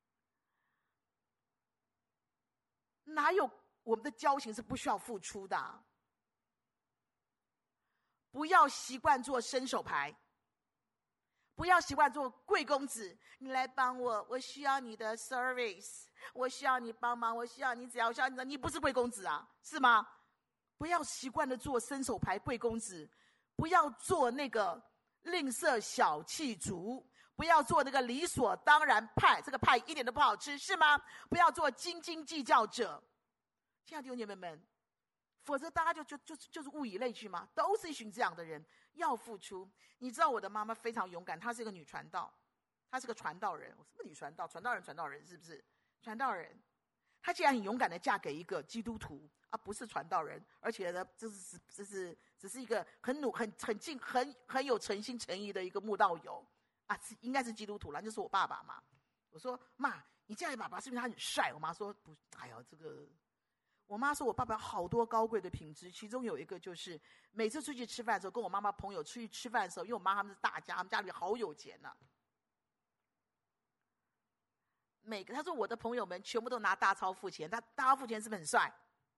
哪有我们的交情是不需要付出的啊？不要习惯做伸手牌，不要习惯做贵公子，你来帮我，我需要你的 service， 我需要你帮忙，我需要你，只要我需要你，你不是贵公子啊，是吗？不要习惯的做伸手牌贵公子，不要做那个吝啬小气族，不要做那个理所当然派，这个派一点都不好吃，是吗？不要做斤斤计较者。亲爱的弟兄姐妹们，否则大家就就就就是物以类聚嘛，都是一群这样的人，要付出。你知道我的妈妈非常勇敢，她是一个女传道，她是个传道人。什么女传道？传道人，传道人是不是？传道人，她竟然很勇敢的嫁给一个基督徒啊，不是传道人，而且呢，这是这是只是一个很努、很很尽、很很有诚心诚意的一个慕道友啊，应该是基督徒啦，就是我爸爸嘛。我说妈，你嫁给爸爸是因为他很帅？我妈说不，哎呀，这个。我妈说我爸爸有好多高贵的品质，其中有一个就是每次出去吃饭的时候，跟我妈妈朋友出去吃饭的时候，因为我妈他们是大家，他们家里好有钱呐、啊。每个他说我的朋友们全部都拿大钞付钱，他大钞付钱是不是很帅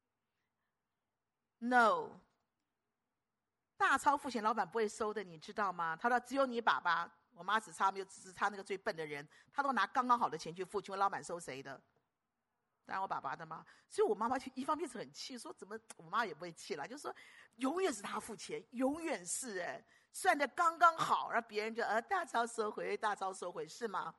？No， 大钞付钱老板不会收的，你知道吗？他说只有你爸爸，我妈只差没有只差那个最笨的人，他都拿刚刚好的钱去付，请问老板收谁的？当然我爸爸的嘛，所以我妈妈就一方面是很气，说怎么我妈也不会气了，就是说永远是他付钱，永远是哎算得刚刚好，让别人就呃大钞收回，大钞收回，是吗？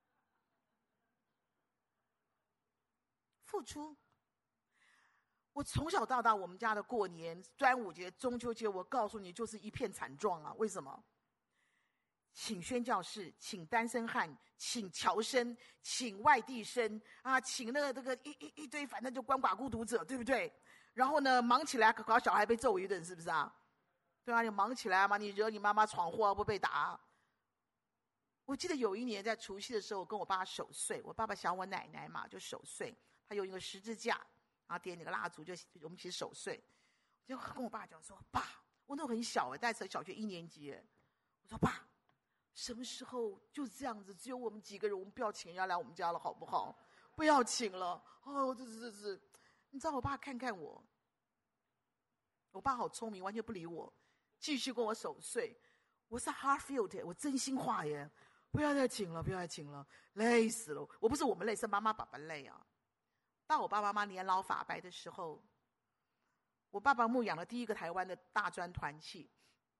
付出。我从小到大，我们家的过年、端午节、中秋节，我告诉你就是一片惨状啊！为什么？请宣教士，请单身汉，请侨生，请外地生啊，请那个那个一一一堆，反正就鳏寡孤独者，对不对？然后呢，忙起来搞小孩被揍一顿，是不是啊？对啊，你忙起来嘛，你惹你妈妈闯祸不被打？我记得有一年在除夕的时候，我跟我爸守岁，我爸爸想我奶奶嘛，就守岁，他用一个十字架，然后点那个蜡烛，就我们一起守岁。我就跟我爸讲说，爸，我那时候很小哎，在小学一年级，我说爸。什么时候就这样子？只有我们几个人，我们不要请人家来我们家了，好不好？不要请了。哦，这是这是，你知道我爸看看我，我爸好聪明，完全不理我，继续跟我守岁。我是 heartfelt， 我真心话耶，不要再请了，不要再请了，累死了。我不是我们累，是妈妈爸爸累啊。到我爸爸妈妈年老发白的时候，我爸爸牧养了第一个台湾的大专团契。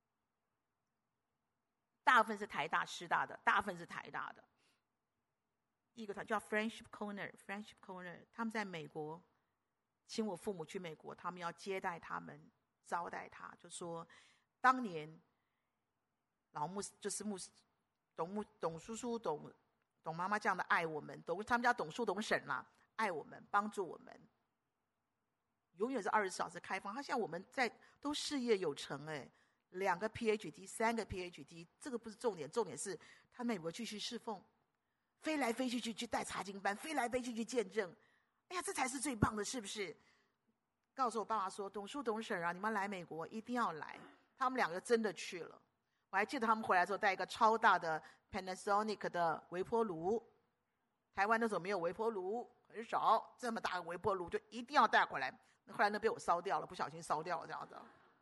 大部分是台大师大的，大部分是台大的。一个团叫 Friendship Corner，Friendship Corner， 他们在美国，请我父母去美国，他们要接待他们，招待他，就说当年老牧就是牧董牧董叔叔、董董妈妈这样的爱我们，董他们叫董叔董婶啦，爱我们，帮助我们，永远是二十四小时开放。他现在我们在都事业有成哎。两个 P H D， 三个 P H D， 这个不是重点，重点是他美国继续侍奉，飞来飞去去去带查经班，飞来飞去去见证。哎呀，这才是最棒的，是不是？告诉我爸爸说，董叔董婶啊，你们来美国一定要来。他们两个真的去了。我还记得他们回来之后带一个超大的 Panasonic 的微波炉，台湾那时候没有微波炉，很少，这么大的微波炉就一定要带回来。后来那被我烧掉了，不小心烧掉了这样子。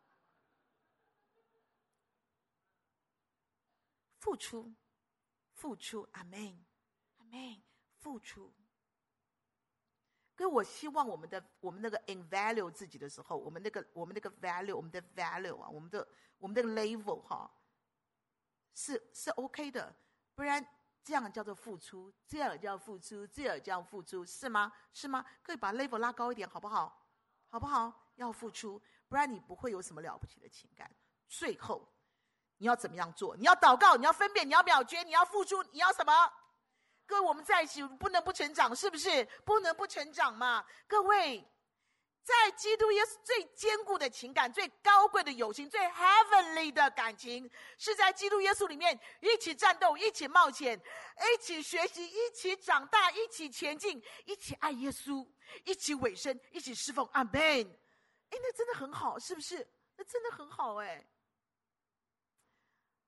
付出，付出，阿们，阿们，付出。跟我希望我们的我们那个 invalue 自己的时候，我们那个我们那个 value， 我们的 value 啊，我们的我们的 level 哈，是是 OK 的，不然这样叫做付出，这样叫付出，这样叫付出，是吗？是吗？可以把 level 拉高一点，好不好？好不好？要付出，不然你不会有什么了不起的情感。最后。你要怎么样做？你要祷告，你要分辨，你要秒决，你要付出，你要什么？各位，我们在一起不能不成长，是不是？不能不成长嘛！各位，在基督耶稣最坚固的情感、最高贵的友情、最 heavenly 的感情，是在基督耶稣里面一起战斗、一起冒险、一起学习、一起长大、一起前进、一起爱耶稣、一起委身、一起侍奉。阿们！哎，那真的很好，是不是？那真的很好哎。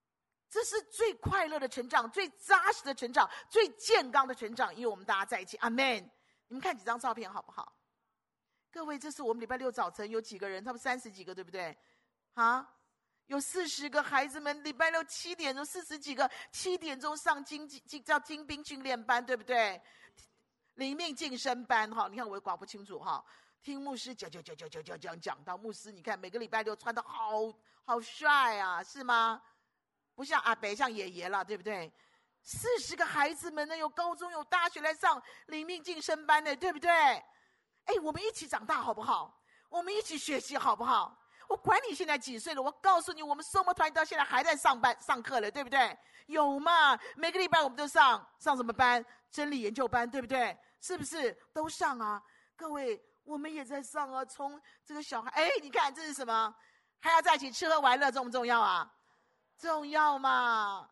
这是最快乐的成长，最扎实的成长，最健康的成长，因为我们大家在一起。阿们。你们看几张照片好不好？各位，这是我们礼拜六早晨有几个人？他们三十几个，对不对？啊，有四十个孩子们，礼拜六七点钟四十几个，七点钟上精精叫精兵训练班，对不对？灵命晋升班哈，你看我也搞不清楚哈。听牧师讲讲讲讲讲讲讲讲到牧师，你看每个礼拜六穿得好好帅啊，是吗？不像阿伯，像爷爷了，对不对？四十个孩子们呢，有高中有大学来上灵命晋升班的，对不对？哎，我们一起长大好不好？我们一起学习好不好？我管你现在几岁了，我告诉你，我们收摩团到现在还在上班上课了，对不对？有嘛？每个礼拜我们都上上什么班？真理研究班，对不对？是不是都上啊？各位，我们也在上啊。从这个小孩，哎，你看这是什么？还要在一起吃喝玩乐，重不重要啊？重要嘛？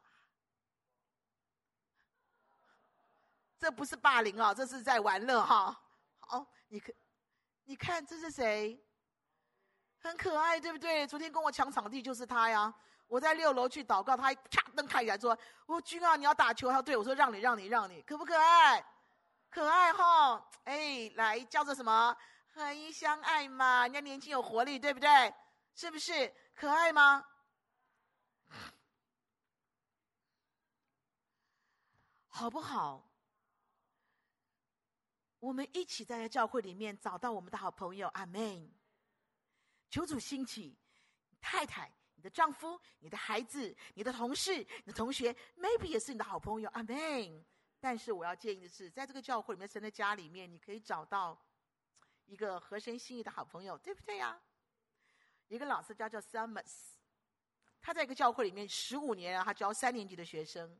这不是霸凌啊，这是在玩乐哈。好，你看，你看这是谁？很可爱，对不对？昨天跟我抢场地就是他呀。我在六楼去祷告，他啪灯开起来说：“我君啊，你要打球。”他对我说：“让你，让你，让你，可不可爱？可爱哈！哎，来叫做什么？合一相爱嘛，人家年轻有活力，对不对？是不是可爱吗？好不好？我们一起在教会里面找到我们的好朋友，阿们。求主兴起，太太、你的丈夫、你的孩子、你的同事、你的同学 ，maybe 也是你的好朋友，阿们。但是我要建议的是，在这个教会里面，神的家里面，你可以找到一个合神心意的好朋友，对不对呀？一个老师家叫 Summers， 他在一个教会里面十五年啊，他教三年级的学生。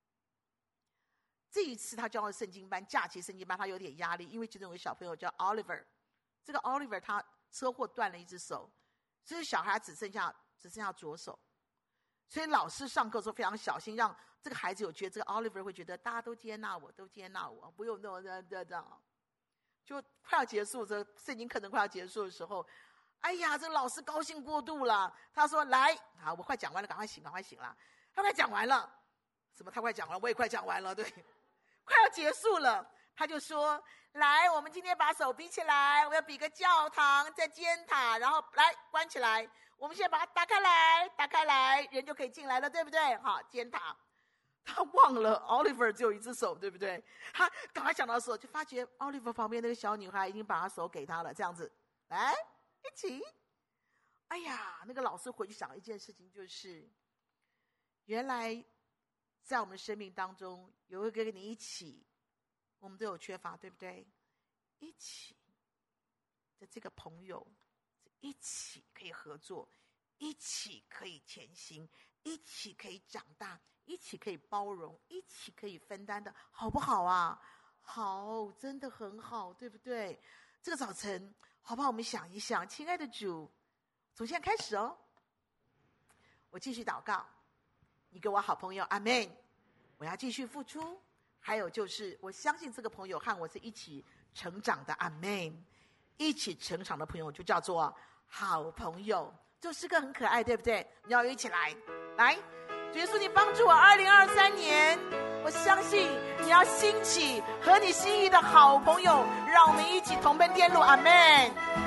这一次他教了圣经班，假期圣经班，他有点压力，因为其中有个小朋友叫 Oliver， 这个 Oliver 他车祸断了一只手，所以小孩只剩下只剩下左手，所以老师上课的时候非常小心，让这个孩子有觉得这个 Oliver 会觉得大家都接纳我，都接纳我，不用那么这样这样。就快要结束，这圣经课程快要结束的时候，哎呀，这个老师高兴过度了，他说：“来，好，我快讲完了，赶快醒，赶快醒了。”他快讲完了，什么？他快讲完了，我也快讲完了，对。快要结束了，他就说：“来，我们今天把手比起来，我要比个教堂，在尖塔，然后来关起来。我们现在把它打开来，打开来，人就可以进来了，对不对？好，尖塔。”他忘了 Oliver 只有一只手，对不对？他赶快想到手，就发觉 Oliver 旁边那个小女孩已经把他手给他了，这样子，来一起。哎呀，那个老师回去想一件事情，就是原来在我们生命当中有一个跟你一起，我们都有缺乏，对不对？一起的这个朋友，一起可以合作，一起可以前行，一起可以长大，一起可以包容，一起可以分担的，好不好啊？好，真的很好，对不对？这个早晨，好不好？我们想一想，亲爱的主，从现在开始哦，我继续祷告。你给我好朋友，阿们。我要继续付出。还有就是，我相信这个朋友和我是一起成长的，阿们。一起成长的朋友就叫做好朋友。这诗歌很可爱，对不对？你要一起来，来，主耶稣，你帮助我，二零二三年，我相信你要兴起和你心意的好朋友，让我们一起同奔天路，阿们。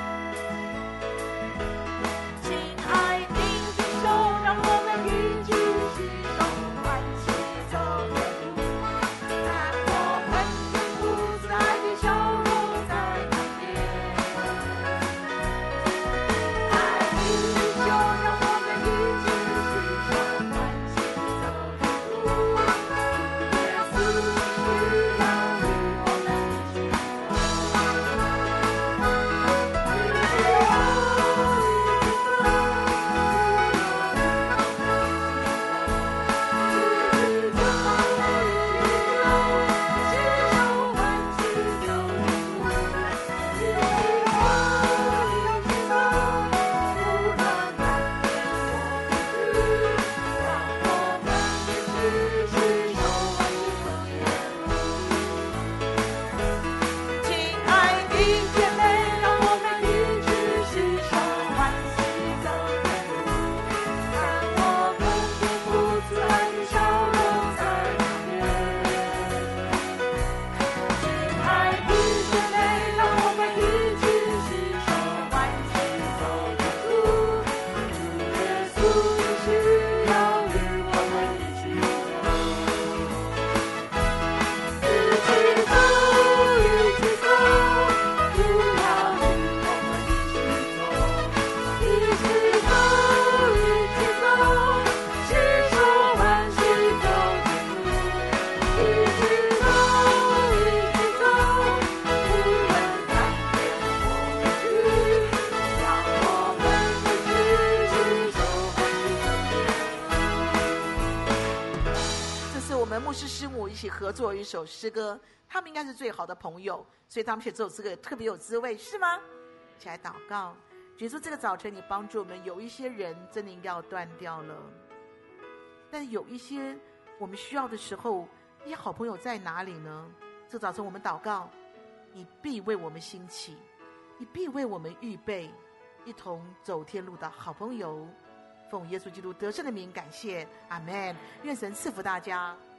是我们牧师师母一起合作一首诗歌，他们应该是最好的朋友，所以他们写这首诗歌特别有滋味，是吗？一起来祷告。比如说这个早晨你帮助我们，有一些人真的应该要断掉了，但是有一些我们需要的时候，那些好朋友在哪里呢？这早晨我们祷告，你必为我们兴起，你必为我们预备一同走天路的好朋友。奉耶稣基督得胜的名感谢，阿们。愿神赐福大家。